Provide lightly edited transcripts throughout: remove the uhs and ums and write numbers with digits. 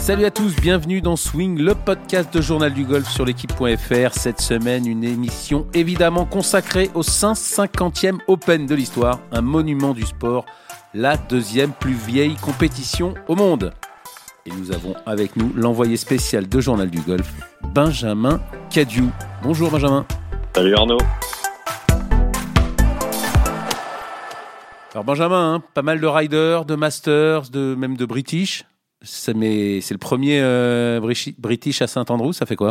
Salut à tous, bienvenue dans Swing, le podcast de Journal du Golf sur l'équipe.fr. Cette semaine, une émission évidemment consacrée au 150e Open de l'histoire, un monument du sport, la deuxième plus vieille compétition au monde. Et nous avons avec nous l'envoyé spécial de Journal du Golf, Benjamin Cadieux. Bonjour Benjamin. Salut Arnaud. Alors Benjamin, pas mal de riders, de masters, même de British. C'est le premier British à Saint-Andrews, ça fait quoi ?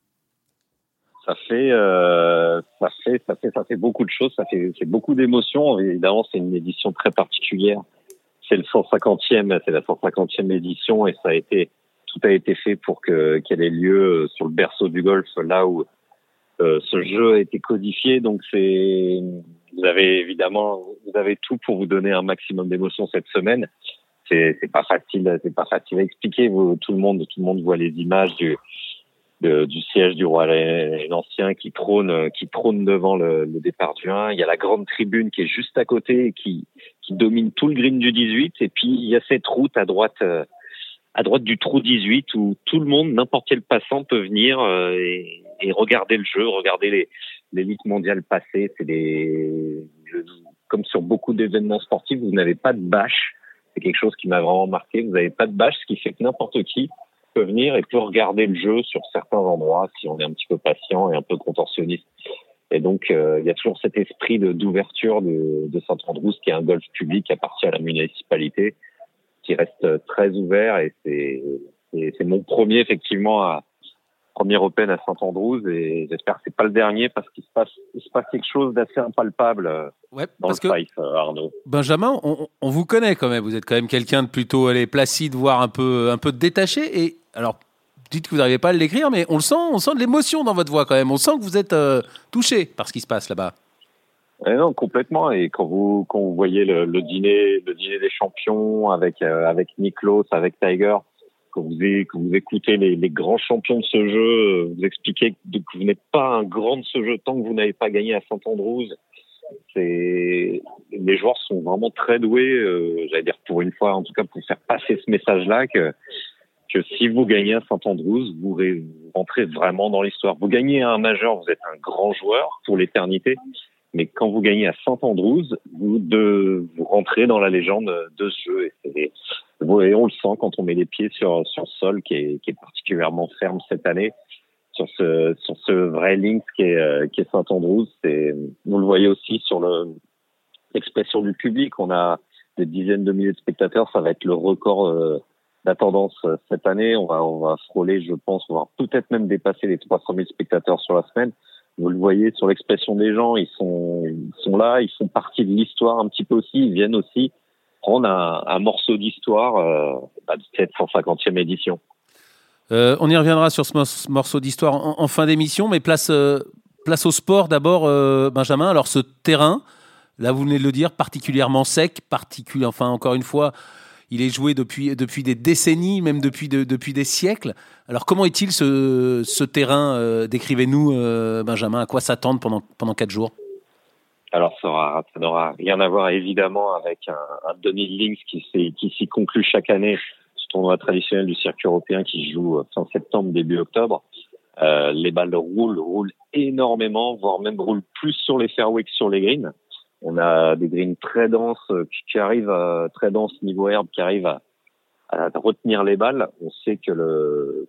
Ça fait beaucoup de choses, c'est beaucoup d'émotions. Évidemment, c'est une édition très particulière. C'est la 150e édition et tout a été fait pour qu'elle ait lieu sur le berceau du golf, là où ce jeu a été codifié. Donc vous avez tout pour vous donner un maximum d'émotions cette semaine. C'est pas facile à expliquer. Tout le monde voit les images du siège du roi l'Ancien qui trône devant le départ du 1. Il y a la grande tribune qui est juste à côté et qui domine tout le green du 18. Et puis il y a cette route à droite du trou 18 où tout le monde, n'importe quel passant peut venir et regarder le jeu, regarder l'élite mondiale passer. Comme sur beaucoup d'événements sportifs, vous n'avez pas de bâche. C'est quelque chose qui m'a vraiment marqué. Vous n'avez pas de bâche, ce qui fait que n'importe qui peut venir et peut regarder le jeu sur certains endroits si on est un petit peu patient et un peu contorsionniste. Et donc, il y a toujours cet esprit d'ouverture de Saint-Andrews, qui est un golf public qui appartient à la municipalité, qui reste très ouvert. Et c'est mon premier Open à Saint-Andrews, et j'espère que c'est pas le dernier parce qu'il se passe quelque chose d'assez impalpable dans le Fife, Arnaud. Benjamin, on vous connaît quand même. Vous êtes quand même quelqu'un de plutôt placide, voire un peu détaché. Et alors, dites que vous n'arrivez pas à l'écrire, mais on sent de l'émotion dans votre voix quand même. On sent que vous êtes touché par ce qui se passe là-bas. Non, complètement. Et quand vous voyez le dîner des champions avec Nicklaus, avec Tiger. Quand vous écoutez les grands champions de ce jeu, vous expliquez que vous n'êtes pas un grand de ce jeu tant que vous n'avez pas gagné à Saint-Andrews. Les joueurs sont vraiment très doués, j'allais dire pour une fois, en tout cas pour faire passer ce message-là que si vous gagnez à Saint-Andrews, vous rentrez vraiment dans l'histoire. Vous gagnez à un majeur, vous êtes un grand joueur pour l'éternité. Mais quand vous gagnez à Saint-Andrews, vous rentrez dans la légende de ce jeu. Et on le sent quand on met les pieds sur ce sol qui est particulièrement ferme cette année, sur ce vrai links qui est Saint-Andrews. Vous le voyez aussi sur l'expression du public. On a des dizaines de milliers de spectateurs. Ça va être le record d'attendance cette année. On va frôler, je pense, on va peut-être même dépasser les 300 000 spectateurs sur la semaine. Vous le voyez sur l'expression des gens, ils sont là, ils font partie de l'histoire un petit peu aussi, ils viennent aussi prendre un morceau d'histoire de cette 150e édition. On y reviendra sur ce morceau d'histoire en fin d'émission, mais place au sport d'abord, Benjamin. Alors ce terrain, là vous venez de le dire, particulièrement sec, encore une fois, il est joué depuis des décennies, même depuis des siècles. Alors, comment est-il ce terrain décrivez-nous, Benjamin, à quoi s'attendre pendant 4 jours ? Alors, ça n'aura rien à voir, évidemment, avec un Donald Links qui s'y conclut chaque année, ce tournoi traditionnel du circuit européen qui se joue fin septembre, début octobre. Les balles roulent énormément, voire même roulent plus sur les fairways que sur les greens. On a des greens très denses qui arrivent très denses niveau herbe, qui arrivent à retenir les balles. On sait que le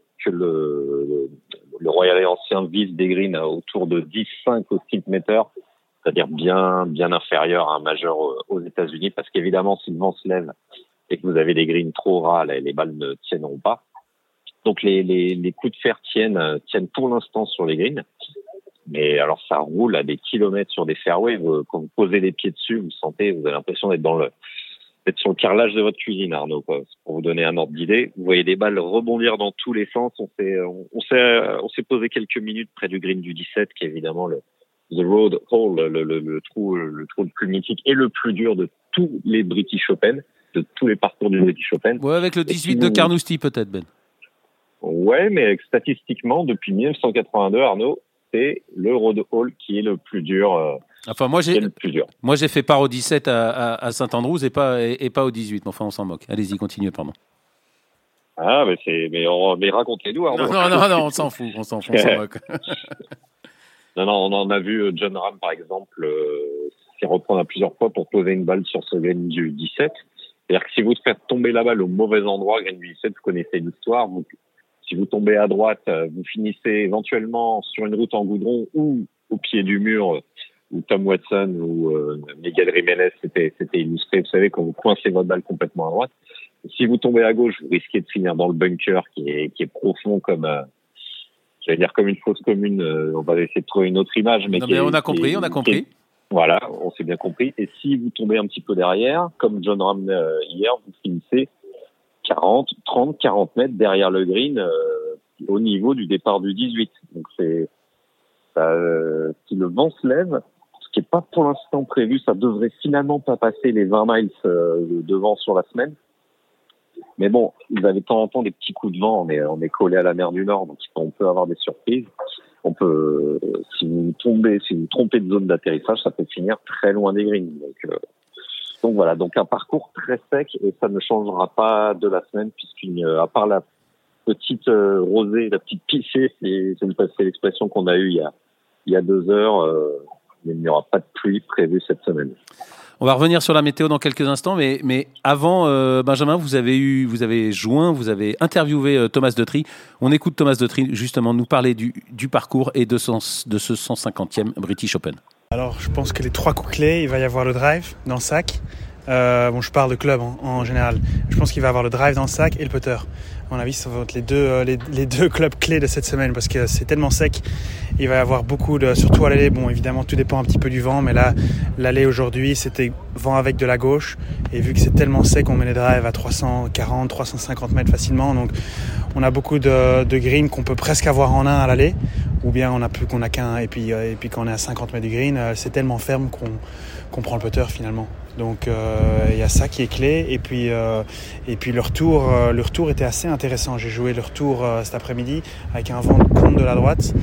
Royal Ancien vise des greens autour de 10,5 au stimpmeter, c'est-à-dire bien inférieur à un majeur aux États-Unis, parce qu'évidemment, si le vent se lève et que vous avez des greens trop ras, les balles ne tiendront pas. Donc les coups de fer tiennent pour l'instant sur les greens. Mais alors ça roule à des kilomètres sur des fairways. Quand vous posez les pieds dessus, vous avez l'impression d'être sur le carrelage de votre cuisine, Arnaud, quoi. Pour vous donner un ordre d'idée. Vous voyez des balles rebondir dans tous les sens. On s'est posé quelques minutes près du green du 17, qui est évidemment the road hole, le trou le plus mythique et le plus dur de tous les British Open, de tous les parcours du British Open. Ouais, avec le 18 de Carnoustie peut-être, Ben. Ouais, mais statistiquement, depuis 1982, Arnaud, c'est le road hole qui est le plus dur. Moi, j'ai fait part au 17 à Saint-Andrews et pas au 18. Mais enfin, on s'en moque. Allez-y, continuez, pardon. Ah, mais racontez-nous, Arnaud. Non, on s'en fout, on s'en moque. Non, on en a vu John Ram, par exemple, s'y reprendre à plusieurs fois pour poser une balle sur ce green du 17. C'est-à-dire que si vous faites tomber la balle au mauvais endroit, green du 17, vous connaissez l'histoire. Si vous tombez à droite, vous finissez éventuellement sur une route en goudron ou au pied du mur, où Tom Watson ou Miguel Jiménez c'était illustré. Vous savez, quand vous coincez votre balle complètement à droite. Si vous tombez à gauche, vous risquez de finir dans le bunker qui est profond comme j'allais dire comme une fosse commune. On va essayer de trouver une autre image, mais on a compris. Voilà, on s'est bien compris. Et si vous tombez un petit peu derrière, comme John Ram hier, vous finissez 40 mètres derrière le green au niveau du départ du 18. Donc si le vent se lève, ce qui est pas pour l'instant prévu, ça devrait finalement pas passer les 20 miles de vent sur la semaine. Mais bon, vous avez de temps en temps des petits coups de vent. On est collé à la mer du Nord, donc on peut avoir des surprises. Si vous trompez de zone d'atterrissage, ça peut finir très loin des greens. Donc voilà, donc un parcours très sec et ça ne changera pas de la semaine à part la petite rosée, la petite pichée, c'est l'expression qu'on a eue il y a 2 heures. Il n'y aura pas de pluie prévue cette semaine. On va revenir sur la météo dans quelques instants, mais avant, Benjamin, vous avez interviewé Thomas Dutry. On écoute Thomas Dutry justement nous parler du parcours et de ce 150e British Open. Alors, je pense que les 3 coups clés, il va y avoir le drive dans le sac. Je parle de club en général. Je pense qu'il va y avoir le drive dans le sac et le putter. À mon avis, ça va être les deux clubs clés de cette semaine parce que c'est tellement sec. Il va y avoir surtout à l'aller. Bon, évidemment, tout dépend un petit peu du vent, mais là, l'aller aujourd'hui, c'était vent avec de la gauche. Et vu que c'est tellement sec, on met les drives à 340, 350 mètres facilement. Donc, on a beaucoup de greens qu'on peut presque avoir en un à l'aller. Ou bien qu'on a qu'un. Et puis quand on est à 50 mètres du green, c'est tellement ferme qu'on prend le putter finalement. Donc il y a ça qui est clé et puis le retour était assez intéressant. J'ai joué le retour cet après-midi avec un vent contre de la droite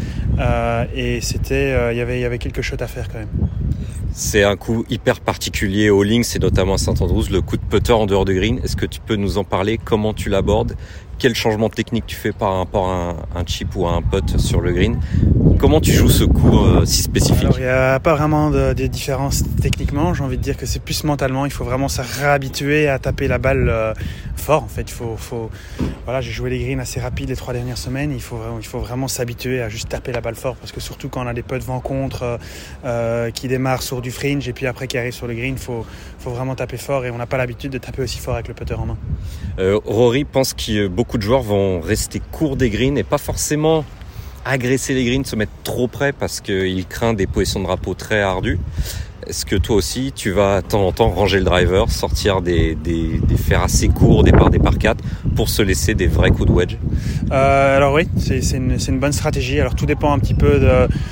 et c'était il y avait quelque chose à faire quand même. C'est un coup hyper particulier au links et notamment à Saint-Andrews, le coup de putter en dehors de green. Est-ce que tu peux nous en parler? Comment tu l'abordes? Quel changement technique tu fais par rapport à un chip ou à un putt sur le green? Comment tu joues ce coup si spécifique? Alors, il n'y a pas vraiment de différence techniquement. J'ai envie de dire que c'est plus mentalement. Il faut vraiment se réhabituer à taper la balle fort. En fait, voilà, j'ai joué les greens assez rapides les 3 dernières semaines. Il faut vraiment s'habituer à juste taper la balle fort parce que surtout quand on a des putts vent contre qui démarrent sur du fringe et puis après qui arrivent sur le green, il faut vraiment taper fort et on n'a pas l'habitude de taper aussi fort avec le putter en main. Rory pense que beaucoup de joueurs vont rester court des greens et pas forcément agresser les greens, se mettre trop près parce qu'il craint des positions de drapeau très ardues. Est-ce que toi aussi, tu vas de temps en temps ranger le driver, sortir des fers assez courts, des par 4 pour se laisser des vrais coups de wedge? Alors oui, c'est une bonne stratégie. Alors tout dépend un petit peu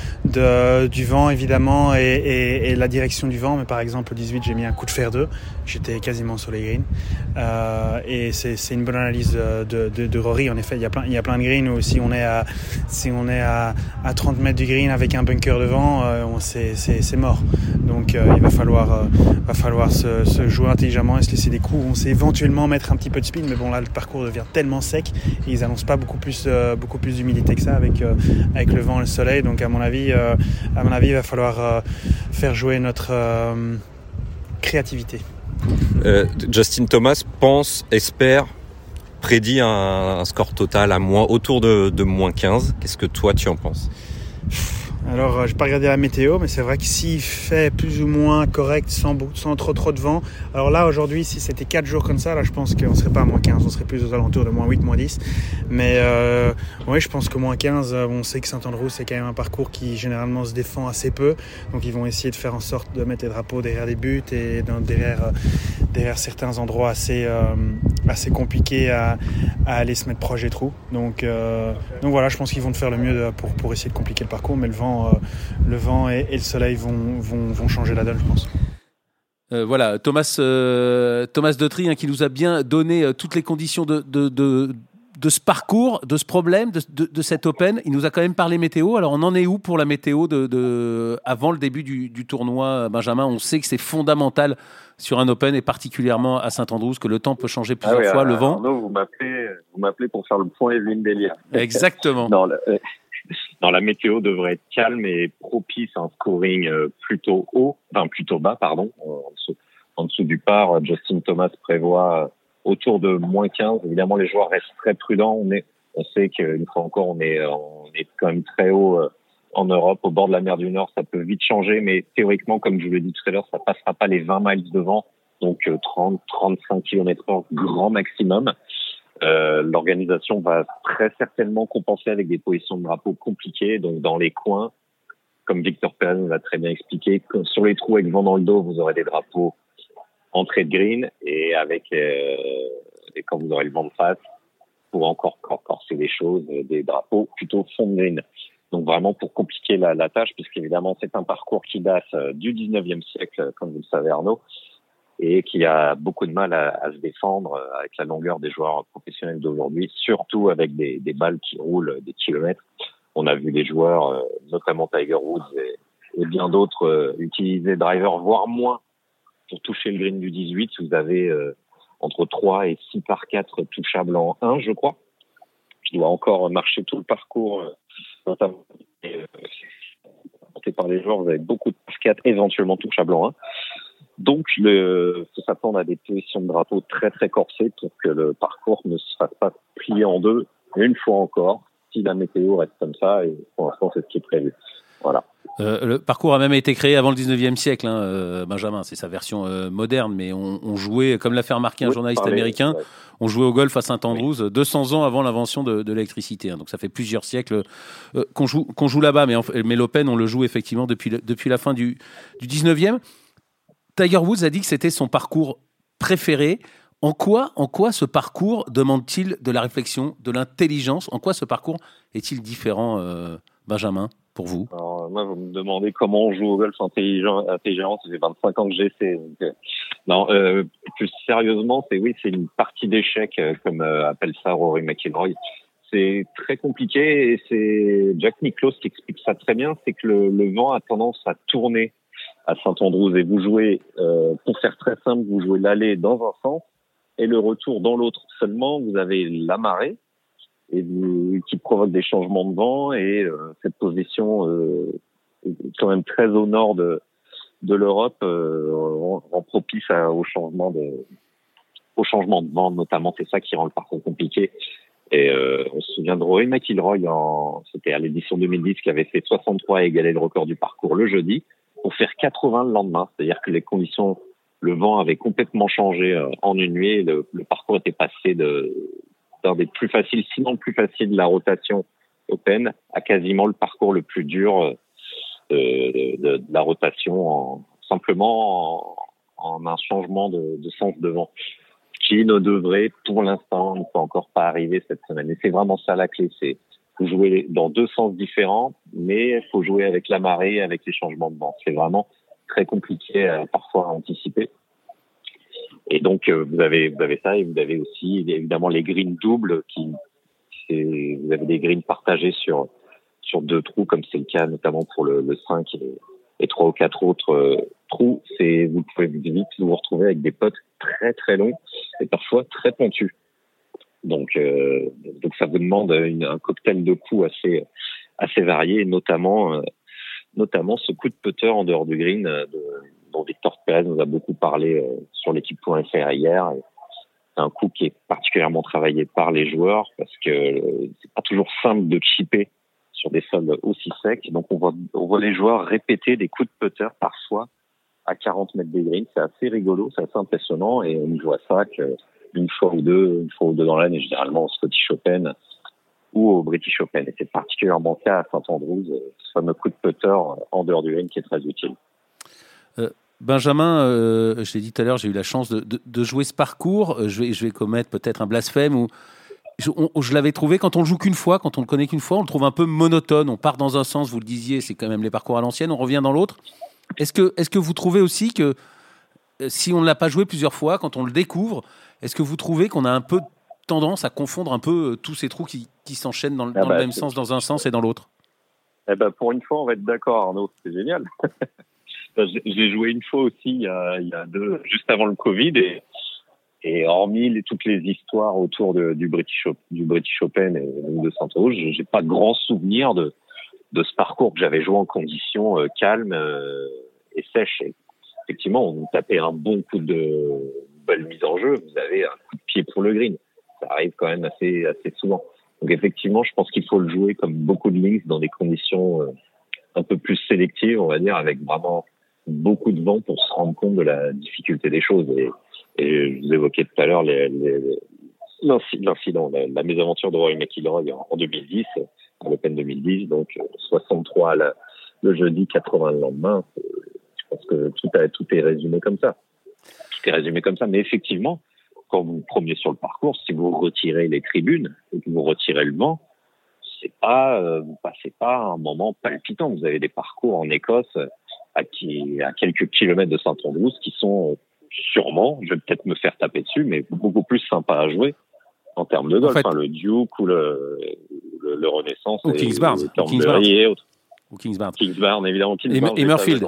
du vent évidemment et la direction du vent. Mais par exemple, le 18, j'ai mis un coup de fer 2. J'étais quasiment sur les greens. Et c'est une bonne analyse de Rory. En effet, il y a plein de greens où si on est à 30 mètres du green avec un bunker devant, c'est mort. Donc il va falloir se jouer intelligemment et se laisser des coups. On sait éventuellement mettre un petit peu de speed, mais bon là le parcours devient tellement sec et ils annoncent pas beaucoup plus d'humidité que ça avec le vent et le soleil. Donc à mon avis il va falloir faire jouer notre créativité. Justin Thomas espère, prédit un score total à autour de moins 15. Qu'est-ce que toi tu en penses? Alors, j'ai pas regardé la météo, mais c'est vrai que s'il fait plus ou moins correct, sans trop de vent. Alors là, aujourd'hui, si c'était 4 jours comme ça, là, je pense qu'on serait pas à moins 15, on serait plus aux alentours de moins 8, moins 10. Mais oui, je pense que moins 15, on sait que Saint-Andrews, c'est quand même un parcours qui généralement se défend assez peu. Donc, ils vont essayer de faire en sorte de mettre les drapeaux derrière les buts et derrière certains endroits assez compliqués à aller se mettre proche des trous. Donc voilà, je pense qu'ils vont faire le mieux pour essayer de compliquer le parcours, mais le vent et le soleil vont changer la donne, je pense. Voilà, Thomas Dutry qui nous a bien donné toutes les conditions de de ce parcours, de ce problème, de cet Open. Il nous a quand même parlé météo. Alors, on en est où pour la météo avant le début du tournoi, Benjamin? On sait que c'est fondamental sur un Open et particulièrement à Saint-Andrews, que le temps peut changer plusieurs fois, le vent. Arnaud, vous m'appelez pour faire le point Evelyne Delia. Exactement. La météo devrait être calme et propice à un scoring plutôt bas, pardon. En dessous du par, Justin Thomas prévoit autour de moins 15. Évidemment, les joueurs restent très prudents. On sait qu'une fois encore, on est quand même très haut en Europe, au bord de la mer du Nord. Ça peut vite changer, mais théoriquement, comme je vous l'ai dit tout à l'heure, ça passera pas les 20 miles de vent, donc 30-35 km/h grand maximum. L'organisation va très certainement compenser avec des positions de drapeau compliquées, donc dans les coins, comme Victor Perez nous l'a très bien expliqué, sur les trous avec vent dans le dos, vous aurez des drapeaux entrée de green, et quand vous aurez le vent de face, pour encore corser les choses, des drapeaux plutôt fond de green. Donc vraiment pour compliquer la tâche, puisqu'évidemment c'est un parcours qui date du 19e siècle, comme vous le savez Arnaud, et qui a beaucoup de mal à se défendre avec la longueur des joueurs professionnels d'aujourd'hui, surtout avec des balles qui roulent des kilomètres. On a vu des joueurs, notamment Tiger Woods et bien d'autres, utiliser driver, voire moins, pour toucher le green du 18. Vous avez entre 3 et 6 par 4 touchables en 1, je crois. Je dois encore marcher tout le parcours, notamment par les joueurs. Vous avez beaucoup de par 4 éventuellement touchables en 1. Donc, faut s'attendre à des positions de drapeau très très corsées pour que le parcours ne se fasse pas plier en deux. Et une fois encore, si la météo reste comme ça, et pour l'instant c'est ce qui est prévu. Voilà. Le parcours a même été créé avant le 19e siècle, Benjamin. C'est sa version moderne, mais on jouait, comme l'a fait remarquer un journaliste américain, on jouait au golf à Saint-Andrews 200 ans avant l'invention de l'électricité. Donc ça fait plusieurs siècles qu'on joue là-bas, mais l'Open, on le joue effectivement depuis la fin du 19e. Tiger Woods a dit que c'était son parcours préféré. En quoi ce parcours demande-t-il de la réflexion, de l'intelligence? En quoi ce parcours est-il différent, Benjamin, pour vous? Alors, moi, vous me demandez comment on joue au golf intelligent. Ça fait 25 ans que j'essaie. Plus sérieusement, c'est une partie d'échecs, comme appelle ça Rory McIlroy. C'est très compliqué et c'est Jack Nicklaus qui explique ça très bien. C'est que le vent a tendance à tourner à Saint-Andrews et vous jouez, pour faire très simple, vous jouez l'aller dans un sens et le retour dans l'autre. Seulement, vous avez la marée qui provoque des changements de vent et cette position quand même très au nord de l'Europe rend propice au changement de vent notamment. C'est ça qui rend le parcours compliqué. Et on se souvient de Rory McIlroy, c'était à l'édition 2010, qui avait fait 63 et égalé le record du parcours le jeudi, pour faire 80 le lendemain. C'est-à-dire que les conditions, le vent avait complètement changé en une nuit. Le parcours était passé d'un des plus faciles, sinon le plus facile de la rotation Open, à quasiment le parcours le plus dur de la rotation, simplement en un changement de sens de vent, qui ne devrait, pour l'instant, ne peut encore pas arriver cette semaine. Et c'est vraiment ça la clé, c'est faut jouer dans deux sens différents, mais il faut jouer avec la marée, avec les changements de vent. C'est vraiment très compliqué parfois à anticiper. Et donc vous avez ça, et vous avez aussi évidemment les greens doubles vous avez des greens partagés sur deux trous, comme c'est le cas notamment pour le 5 et 3 ou 4 autres trous. Vous pouvez vite vous retrouver avec des potes très très longs et parfois très pentus. Donc ça vous demande un cocktail de coups assez varié, notamment ce coup de putter en dehors du green dont Victor Perez nous a beaucoup parlé sur l'équipe.fr hier. C'est un coup qui est particulièrement travaillé par les joueurs parce que c'est pas toujours simple de chipper sur des sols aussi secs. Donc on voit les joueurs répéter des coups de putter parfois à 40 mètres des greens. C'est assez rigolo, c'est assez impressionnant, et on voit ça une fois ou deux dans l'année, généralement au Scottish Open ou au British Open. Et c'est particulièrement le cas à Saint-Andrews, ce fameux coup de putter en dehors du green qui est très utile. Benjamin, je l'ai dit tout à l'heure, j'ai eu la chance de jouer ce parcours. Je vais commettre peut-être un blasphème. Je l'avais trouvé, quand on le joue qu'une fois, quand on le connaît qu'une fois, on le trouve un peu monotone. On part dans un sens, vous le disiez, c'est quand même les parcours à l'ancienne, on revient dans l'autre. Est-ce que vous trouvez aussi que si on ne l'a pas joué plusieurs fois, quand on le découvre, est-ce que vous trouvez qu'on a un peu tendance à confondre un peu tous ces trous qui s'enchaînent dans le même sens, dans un sens et dans l'autre. Eh ben, pour une fois, on va être d'accord, Arnaud. C'est génial. J'ai joué une fois aussi, il y a juste avant le Covid, et hormis toutes les histoires autour du British Open et de Santos, j'ai pas grand souvenir de ce parcours que j'avais joué en conditions calmes et sèches. Et effectivement, on tapait un bon coup de belle mise en jeu. Vous avez un coup de pied pour le green. Ça arrive quand même assez souvent. Donc effectivement, je pense qu'il faut le jouer comme beaucoup de links dans des conditions un peu plus sélectives, on va dire, avec vraiment beaucoup de vent pour se rendre compte de la difficulté des choses. Et je vous évoquais tout à l'heure l'incident, la mésaventure de Rory McIlroy en 2010, à l'Open 2010, donc 63 le jeudi, 80 le lendemain. Je pense que tout est résumé comme ça. Mais effectivement, quand vous promeniez sur le parcours, si vous retirez les tribunes et que vous retirez le vent, vous passez pas un moment palpitant. Vous avez des parcours en Écosse à quelques kilomètres de Saint-Andrews qui sont sûrement, je vais peut-être me faire taper dessus, mais beaucoup plus sympa à jouer en termes de golf. En fait, le Duke ou le Renaissance ou Kingsbarn et autres. Ou Kingsbarn. Kingsbarn, évidemment. Et Murfield.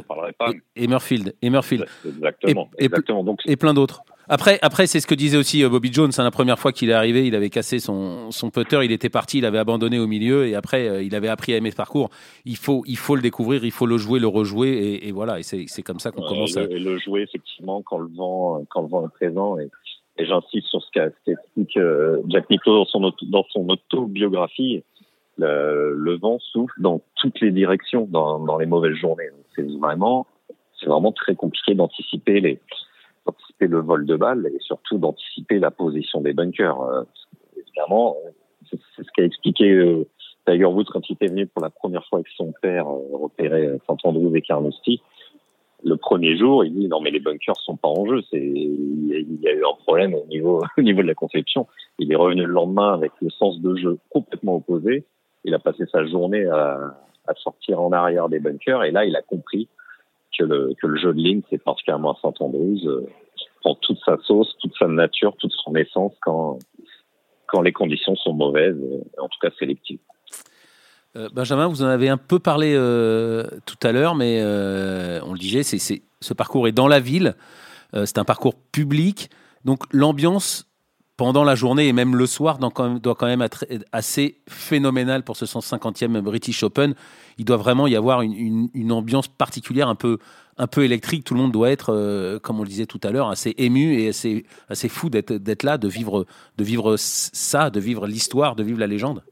Exactement. Donc, et plein d'autres. Après, c'est ce que disait aussi Bobby Jones. La première fois qu'il est arrivé, il avait cassé son putter, il était parti, il avait abandonné au milieu, et après, il avait appris à aimer ce parcours. Il faut le découvrir, il faut le jouer, le rejouer, et voilà. Et c'est comme ça qu'on commence à le jouer effectivement quand le vent est présent. Et j'insiste sur ce qu'explique Jack Nicklaus dans son autobiographie. Le vent souffle dans toutes les directions dans les mauvaises journées. C'est vraiment très compliqué d'anticiper le vol de balle et surtout d'anticiper la position des bunkers. Évidemment, c'est ce qu'a expliqué Tiger Woods quand il était venu pour la première fois avec son père repérer Saint-Andrews et Carnoustie. Le premier jour, il dit non mais les bunkers sont pas en jeu. Il y a eu un problème au niveau de la conception. Il est revenu le lendemain avec le sens de jeu complètement opposé. Il a passé sa journée à sortir en arrière des bunkers et là il a compris que le jeu de ligne, c'est particulièrement à Saint-Andrews, prend toute sa sauce, toute sa nature, toute son essence quand les conditions sont mauvaises, en tout cas sélectives. Benjamin, vous en avez un peu parlé tout à l'heure, mais on le disait, ce parcours est dans la ville, c'est un parcours public, donc l'ambiance pendant la journée et même le soir doit quand même être assez phénoménale pour ce 150e British Open. Il doit vraiment y avoir une ambiance particulière, un peu électrique. Tout le monde doit être, comme on le disait tout à l'heure, assez ému et assez fou d'être là, de vivre ça, de vivre l'histoire, de vivre la légende.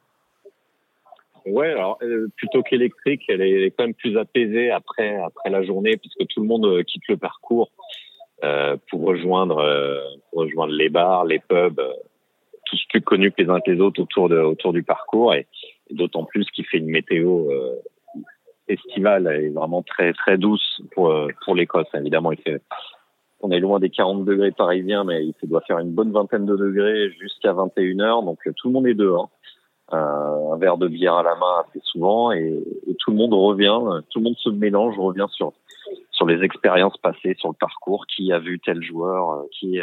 Ouais, alors plutôt qu'électrique, elle est quand même plus apaisée après la journée, puisque tout le monde quitte le parcours pour rejoindre les bars, les pubs, tous plus connus que les uns que les autres autour du parcours, et d'autant plus qu'il fait une météo estivale et vraiment très très douce pour l'Écosse. Évidemment, on est loin des 40 degrés parisiens, mais il doit faire une bonne vingtaine de degrés jusqu'à 21h, donc tout le monde est dehors. Un verre de bière à la main assez souvent, et tout le monde se mélange, revient sur les expériences passées sur le parcours, qui a vu tel joueur, qui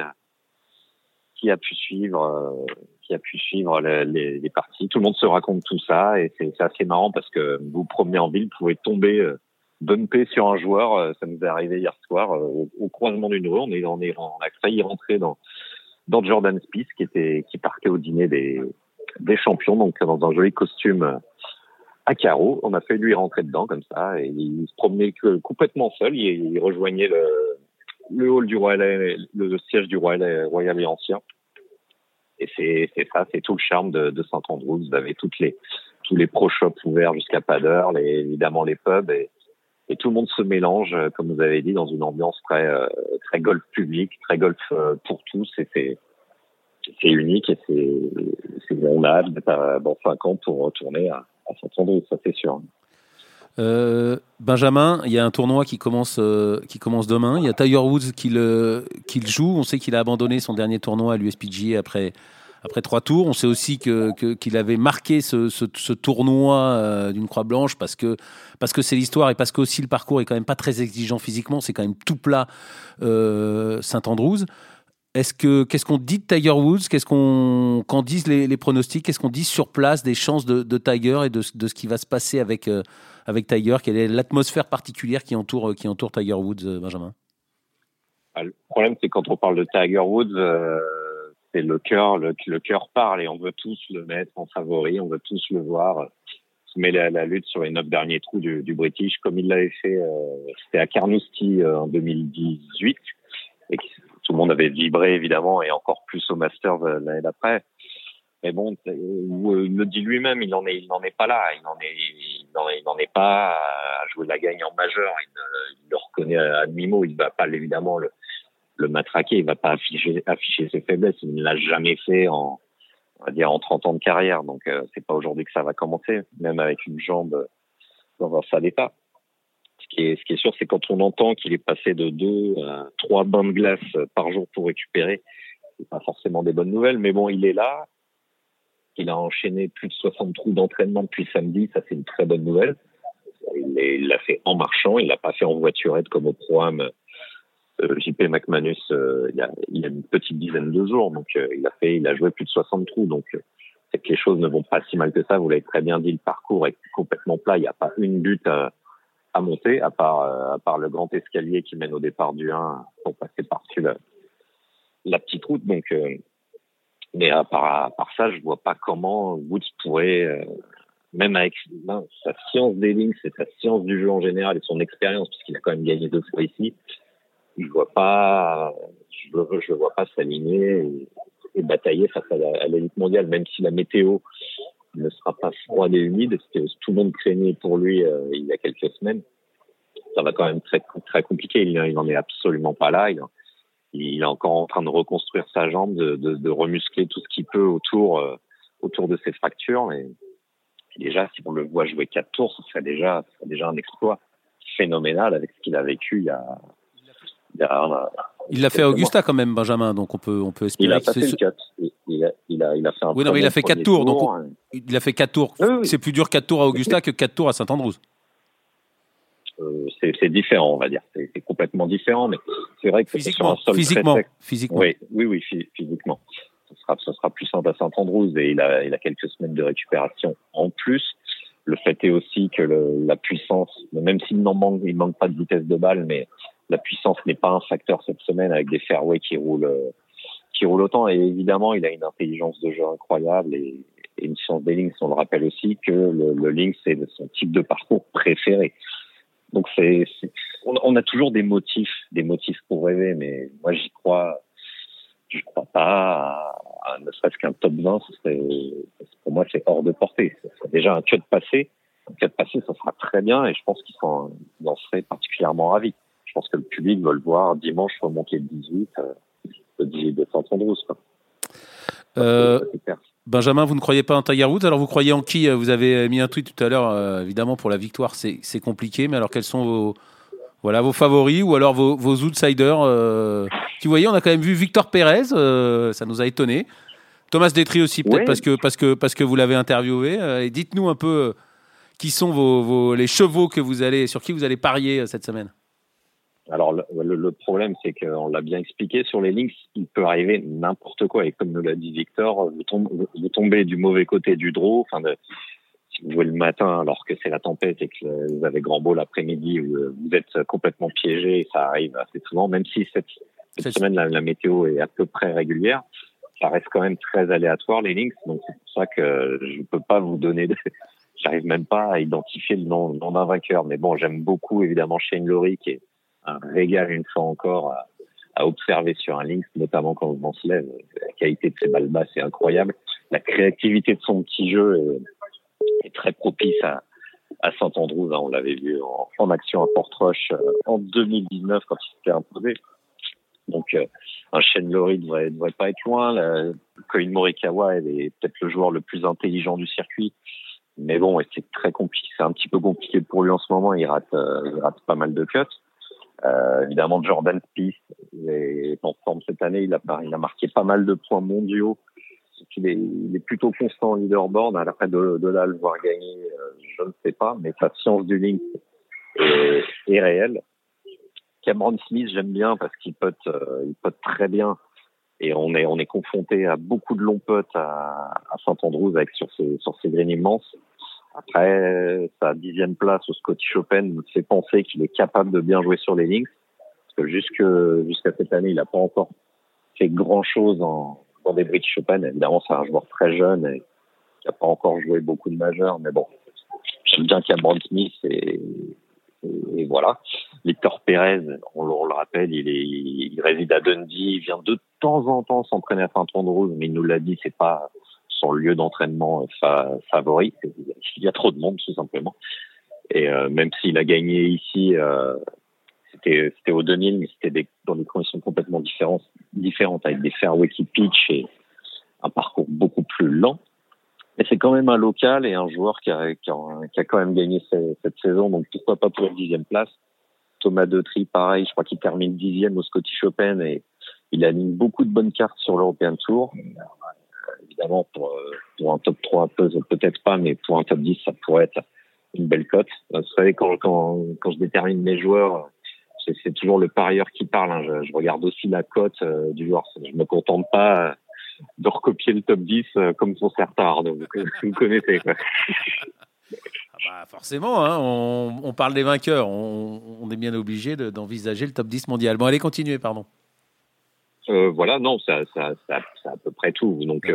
a pu suivre les parties. Tout le monde se raconte tout ça, et c'est assez marrant parce que vous promenez en ville, vous pouvez tomber, bumper sur un joueur. Ça nous est arrivé hier soir au croisement d'une rue. On a failli rentrer dans Jordan Spieth qui partait au dîner des champions, donc dans un joli costume à carreaux. On a fait lui rentrer dedans comme ça, et il se promenait complètement seul. Il rejoignait le hall du le siège du Royal et Ancien. Et c'est tout le charme de Saint-Andrews. Vous avez tous les pro shops ouverts jusqu'à pas d'heure, évidemment les pubs, et tout le monde se mélange, comme vous avez dit, dans une ambiance très très golf public, très golf pour tous. Et c'est unique, et on a hâte d'être dans 5 ans pour retourner à Saint-Andrews, ça c'est sûr. Benjamin, il y a un tournoi qui commence demain. Il y a Tiger Woods qui le joue. On sait qu'il a abandonné son dernier tournoi à l'USPGA après 3 tours. On sait aussi qu'il avait marqué ce tournoi d'une croix blanche parce que c'est l'histoire, et parce que aussi le parcours est quand même pas très exigeant physiquement. C'est quand même tout plat, Saint-Andrews. Qu'est-ce qu'on dit de Tiger Woods? Qu'en disent les pronostics? Qu'est-ce qu'on dit sur place des chances de Tiger et de ce qui va se passer avec Tiger? Quelle est l'atmosphère particulière qui entoure Tiger Woods, Benjamin? Le problème, c'est quand on parle de Tiger Woods, c'est le cœur parle et on veut tous le mettre en favori, on veut tous le voir. Il met la lutte sur les 9 derniers trous du British, comme il l'avait fait, c'était à Carnoustie en 2018, et tout le monde avait vibré évidemment, et encore plus au Masters l'année d'après. Mais bon, il le dit lui-même, il n'en est pas là, il n'en est pas à jouer la gagne en majeur. Il le reconnaît à demi-mot, il va pas évidemment le matraquer, il va pas afficher ses faiblesses, il ne l'a jamais fait on va dire en 30 ans de carrière, donc c'est pas aujourd'hui que ça va commencer, même avec une jambe dans un sale état. Ce qui est sûr, c'est quand on entend qu'il est passé de 2 à 3 bains de glace par jour pour récupérer, c'est pas forcément des bonnes nouvelles, mais bon, il est là, il a enchaîné plus de 60 trous d'entraînement depuis samedi, ça c'est une très bonne nouvelle. Il l'a fait en marchant, il l'a pas fait en voiturette comme au programme JP McManus il y a une petite dizaine de jours, donc il a joué plus de 60 trous, donc c'est que les choses ne vont pas si mal que ça. Vous l'avez très bien dit, le parcours est complètement plat, il n'y a pas une butte à monter à part le grand escalier qui mène au départ du 1 pour passer par-dessus la petite route, donc mais à part ça, je vois pas comment Woods pourrait même avec sa science des links et sa science du jeu en général et son expérience, puisqu'il a quand même gagné 2 fois ici, je le vois pas s'aligner et batailler face à l'élite mondiale, même si la météo ne sera pas froide et humide, ce que tout le monde craignait pour lui il y a quelques semaines. Ça va quand même très, très compliqué. Il n'en est absolument pas là. Il est encore en train de reconstruire sa jambe, de remuscler tout ce qu'il peut autour de ses fractures. Et déjà, si on le voit jouer 4 tours, ce serait déjà un exploit phénoménal avec ce qu'il a vécu il l'a fait à Augusta quand même, Benjamin, donc on peut espérer. Il a passé le 4. Il a fait un oui, non, mais il a fait 4 tours, donc il a fait 4 tours. Oui. C'est plus dur 4 tours à Augusta que 4 tours à Saint-Andrews. C'est différent, on va dire. C'est complètement différent, mais c'est vrai que physiquement. Oui, physiquement. Ce sera plus simple à Saint-Andrews et il a quelques semaines de récupération en plus. Le fait est aussi que la puissance, même s'il manque pas de vitesse de balle, mais la puissance n'est pas un facteur cette semaine avec des fairways qui roulent autant. Et évidemment, il a une intelligence de jeu incroyable et une science des links. On le rappelle aussi que le link, c'est son type de parcours préféré. Donc on a toujours des motifs pour rêver, mais moi je crois pas à ne serait-ce qu'un top 20, pour moi c'est hors de portée. C'est déjà un cut passé. Un cut passé, ça sera très bien et je pense qu'ils en seraient particulièrement ravis. Je pense que le public va le voir dimanche remonter le 18 de Saint-Andrews, quoi. Benjamin, vous ne croyez pas en Tiger Woods? Alors vous croyez en qui? Vous avez mis un tweet tout à l'heure, évidemment pour la victoire c'est compliqué, mais alors quels sont vos favoris ou alors vos outsiders? Vous voyez, on a quand même vu Victor Pérez, ça nous a étonné. Thomas Detry aussi, peut-être parce que vous l'avez interviewé. Et dites-nous un peu qui sont les chevaux sur qui vous allez parier cette semaine. Alors le problème, c'est qu'on l'a bien expliqué sur les links, il peut arriver n'importe quoi. Et comme nous l'a dit Victor, vous tombez du mauvais côté du draw. Si vous jouez le matin alors que c'est la tempête et que vous avez grand beau l'après-midi, vous êtes complètement piégé. Ça arrive assez souvent, même si cette semaine la météo est à peu près régulière. Ça reste quand même très aléatoire les links. Donc c'est pour ça que je peux pas vous donner. J'arrive même pas à identifier le nom d'un vainqueur. Mais bon, j'aime beaucoup évidemment Shane Lowry qui est un régal une fois encore à observer sur un links, notamment quand le vent se lève. La qualité de ses balles basses est incroyable. La créativité de son petit jeu est très propice à Saint-Andrews. On l'avait vu en action à Portrush en 2019 quand il s'était imposé. Donc un Shane Lowry devrait pas être loin. Collin Morikawa est peut-être le joueur le plus intelligent du circuit. Mais bon, c'est très compliqué. C'est un petit peu compliqué pour lui en ce moment. Il rate pas mal de cuts. Évidemment, Jordan Spieth est en forme cette année. Il a marqué pas mal de points mondiaux. Il est plutôt constant au leaderboard. Après, de là, le voir gagner, je ne sais pas. Mais sa science du link est réelle. Cameron Smith, j'aime bien parce qu'il pote très bien. Et on est confronté à beaucoup de longs putts à Saint-Andrews sur ces greens immenses. Après, sa 10e place au Scottish Open me fait penser qu'il est capable de bien jouer sur les links. Parce que jusqu'à cette année, il n'a pas encore fait grand-chose dans des British Open. Évidemment, c'est un joueur très jeune et qui n'a pas encore joué beaucoup de majeurs. Mais bon, j'aime bien Cameron Smith et voilà. Victor Pérez, on le rappelle, il réside à Dundee. Il vient de temps en temps s'entraîner à Saint-Andrews, mais il nous l'a dit, c'est pas son lieu d'entraînement favori. Il y a trop de monde, tout simplement. Et même s'il a gagné ici, c'était au 2000, mais c'était dans des conditions complètement différentes, avec des fairways qui pitch et un parcours beaucoup plus lent. Mais c'est quand même un local et un joueur qui a quand même gagné cette saison, donc pourquoi pas pour une 10e place. Thomas Deutry, pareil, je crois qu'il termine 10e au Scottish Open et il aligne beaucoup de bonnes cartes sur l'European Tour. Évidemment, pour un top 3, peut-être pas, mais pour un top 10, ça pourrait être une belle cote. Vous savez, quand je détermine mes joueurs, c'est toujours le parieur qui parle. Hein. Je regarde aussi la cote du joueur. Je me contente pas de recopier le top 10 comme font certains. Arnaud, vous connaissez, quoi. Forcément, hein, on parle des vainqueurs. On est bien obligé d'envisager le top 10 mondial. Bon, allez, continuez, pardon. Voilà, non, ça à peu près tout. Donc,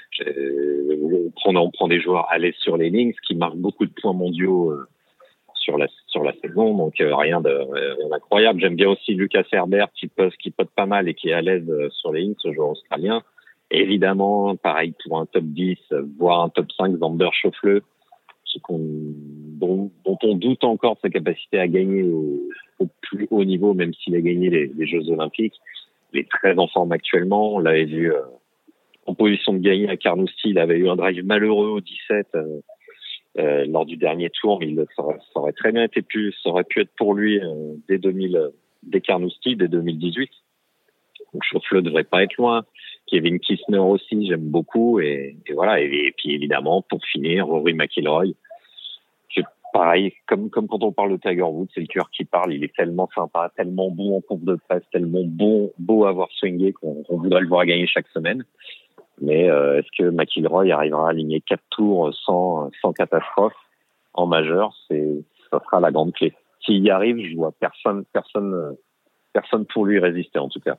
on prend des joueurs à l'aise sur les lignes, ce qui marque beaucoup de points mondiaux sur la saison. Donc, rien d'incroyable. J'aime bien aussi Lucas Herbert qui pote pas mal et qui est à l'aise sur les lignes, ce joueur australien. Évidemment, pareil pour un top 10, voire un top 5, Xander Schauffele, dont on doute encore de sa capacité à gagner au plus haut niveau, même s'il a gagné les Jeux Olympiques. Il est très en forme actuellement. On l'avait vu en position de gagner à Carnoustie. Il avait eu un drive malheureux au 17 lors du dernier tour, mais ça aurait très bien été ça aurait pu être pour lui dès Carnoustie, dès 2018. Donc Schauffele devrait pas être loin. Kevin Kisner aussi, j'aime beaucoup. Et voilà. Et puis évidemment, pour finir, Rory McIlroy. Pareil, comme quand on parle de Tiger Woods, c'est le cœur qui parle. Il est tellement sympa, tellement bon en course de presse, tellement beau à voir swinguer qu'on voudrait le voir gagner chaque semaine. Mais est-ce que McIlroy arrivera à aligner 4 tours sans catastrophe en majeur? Ça sera la grande clé. S'il y arrive, je vois personne pour lui résister en tout cas.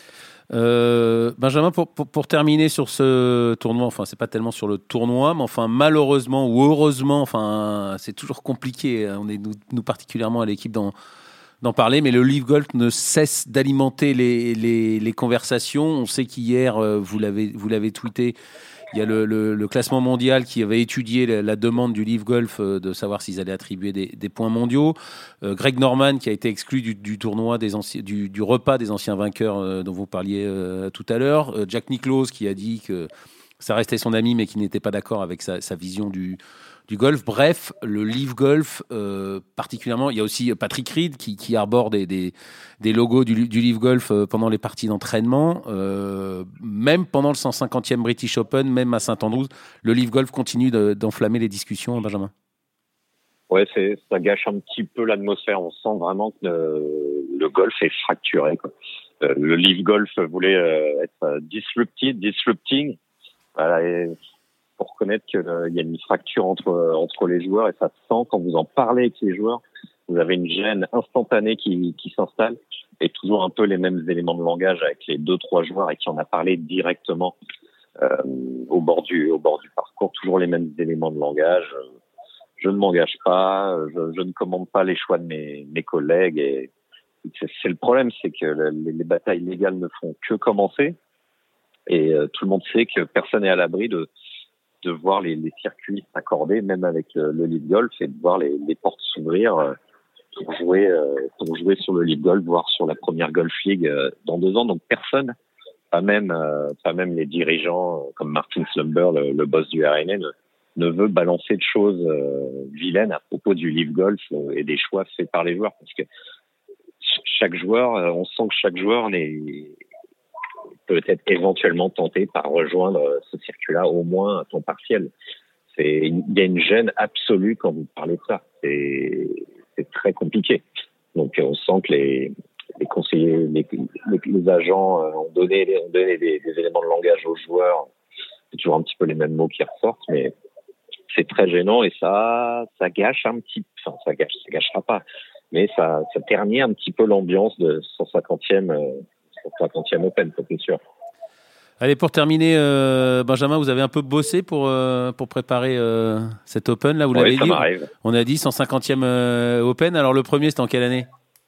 Benjamin, pour terminer sur ce tournoi, enfin c'est pas tellement sur le tournoi, mais enfin malheureusement ou heureusement, enfin c'est toujours compliqué. On est nous particulièrement à l'équipe d'en parler, mais le Live Golf ne cesse d'alimenter les conversations. On sait qu'hier, vous l'avez tweeté, il y a le classement mondial qui avait étudié la demande du Live Golf de savoir s'ils allaient attribuer des points mondiaux. Greg Norman qui a été exclu du tournoi du repas des anciens vainqueurs dont vous parliez tout à l'heure. Jack Nicklaus qui a dit que ça restait son ami mais qui n'était pas d'accord avec sa vision du golf. Bref, le Live Golf, particulièrement, il y a aussi Patrick Reed qui arbore des logos du Live Golf pendant les parties d'entraînement. Même pendant le 150e British Open, même à Saint-Andrews, le Live Golf continue d'enflammer les discussions, Benjamin. Ouais, ça gâche un petit peu l'atmosphère. On sent vraiment que le golf est fracturé, quoi. Le Live Golf voulait être disrupting. Voilà, et pour reconnaître qu'il y a une fracture entre les joueurs, et ça se sent quand vous en parlez avec les joueurs. Vous avez une gêne instantanée qui s'installe, et toujours un peu les mêmes éléments de langage avec les 2-3 joueurs et qui en a parlé directement au bord du parcours. Toujours les mêmes éléments de langage. Je ne m'engage pas, je ne commande pas les choix de mes collègues, et c'est le problème, c'est que les batailles légales ne font que commencer, et tout le monde sait que personne n'est à l'abri de voir les circuits s'accorder, même avec le Live Golf, et de voir les portes s'ouvrir pour jouer sur le Live Golf, voire sur la première Golf League dans 2 ans. Donc personne, pas même les dirigeants comme Martin Slumber, le boss du RNA, ne veut balancer de choses vilaines à propos du Live Golf et des choix faits par les joueurs, parce que chaque joueur, on sent que chaque joueur peut être éventuellement tenté par rejoindre ce circuit-là, au moins à temps partiel. Il y a une gêne absolue quand vous parlez de ça. C'est très compliqué. Donc on sent que les conseillers, les agents ont donné des éléments de langage aux joueurs. C'est toujours un petit peu les mêmes mots qui ressortent, mais c'est très gênant et ça gâche un petit, enfin ça gâchera pas, mais ça ternit un petit peu l'ambiance de 150e Open, c'est sûr. Allez, pour terminer, Benjamin, vous avez un peu bossé pour préparer cet Open là, vous l'avez dit. M'arrive. On a dit 150e Open. Alors le premier, c'était en quelle année?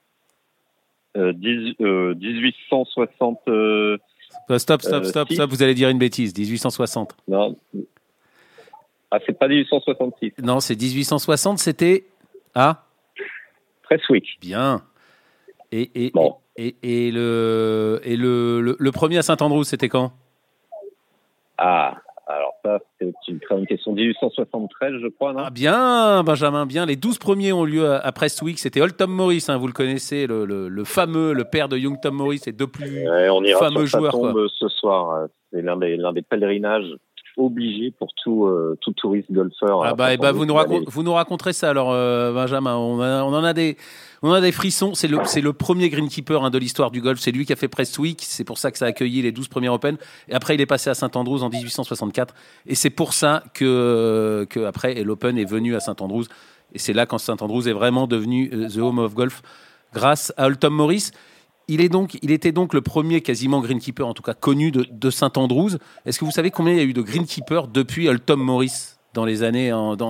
1860. Stop. Vous allez dire une bêtise. 1860. Non. Ah, c'est pas 1866. Non, c'est 1860. C'était Prestwick. Bien. Bon. Et le premier à Saint-Andrews, c'était quand? Ah, alors ça, c'est une question. 1873, je crois, non? Ah, bien, Benjamin, bien. Les 12 premiers ont lieu à Prestwick. C'était Old Tom Morris, hein, vous le connaissez, le fameux, le père de Young Tom Morris, et deux plus on ira fameux sur sa joueurs. tombe Quoi. Ce soir. C'est l'un des pèlerinages obligés pour tout touriste golfeur. Ah bah, vous nous raconterez ça alors, Benjamin. On en a des frissons. C'est le premier greenkeeper, hein, de l'histoire du golf. C'est lui qui a fait Prestwick. C'est pour ça que ça a accueilli les 12 premiers Open. Et après, il est passé à Saint-Andrews en 1864. Et c'est pour ça que après, l'Open est venu à Saint-Andrews. Et c'est là quand Saint-Andrews est vraiment devenu the home of golf grâce à Old Tom Morris. Il était donc le premier quasiment greenkeeper, en tout cas connu de Saint-Andrews. Est-ce que vous savez combien il y a eu de greenkeepers depuis Old Tom Morris dans les années dans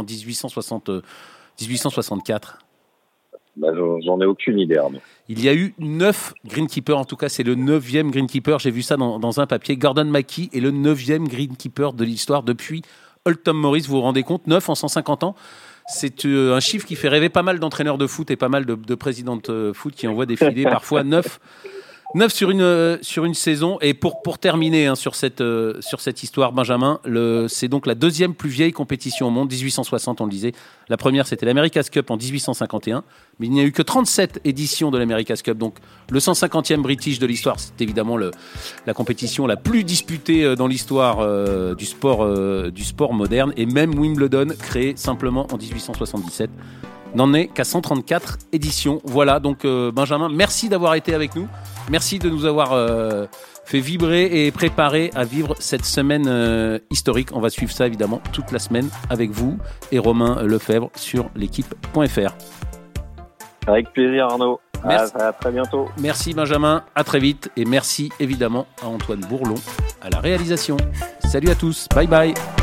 1864? Bah, j'en ai aucune idée, Arnaud. Il y a eu 9 greenkeepers, en tout cas c'est le 9e greenkeeper. J'ai vu ça dans un papier. Gordon Mackey est le 9e greenkeeper de l'histoire depuis Old Tom Morris. Vous vous rendez compte, 9 en 150 ans. C'est un chiffre qui fait rêver pas mal d'entraîneurs de foot et pas mal de présidents de foot qui envoient défiler parfois 9 sur une saison. Et pour terminer, hein, sur cette histoire, Benjamin, c'est donc la deuxième plus vieille compétition au monde, 1860 on le disait. La première c'était l'America's Cup en 1851, mais il n'y a eu que 37 éditions de l'America's Cup. Donc le 150e British de l'histoire, c'est évidemment la compétition la plus disputée dans l'histoire du sport moderne. Et même Wimbledon, créé simplement en 1877, n'en est qu'à 134 éditions. Voilà, donc Benjamin, merci d'avoir été avec nous. Merci de nous avoir fait vibrer et préparer à vivre cette semaine historique. On va suivre ça évidemment toute la semaine avec vous et Romain Lefebvre sur l'équipe.fr. Avec plaisir, Arnaud. Merci. À très bientôt. Merci Benjamin, à très vite. Et merci évidemment à Antoine Bourlon à la réalisation. Salut à tous, bye bye.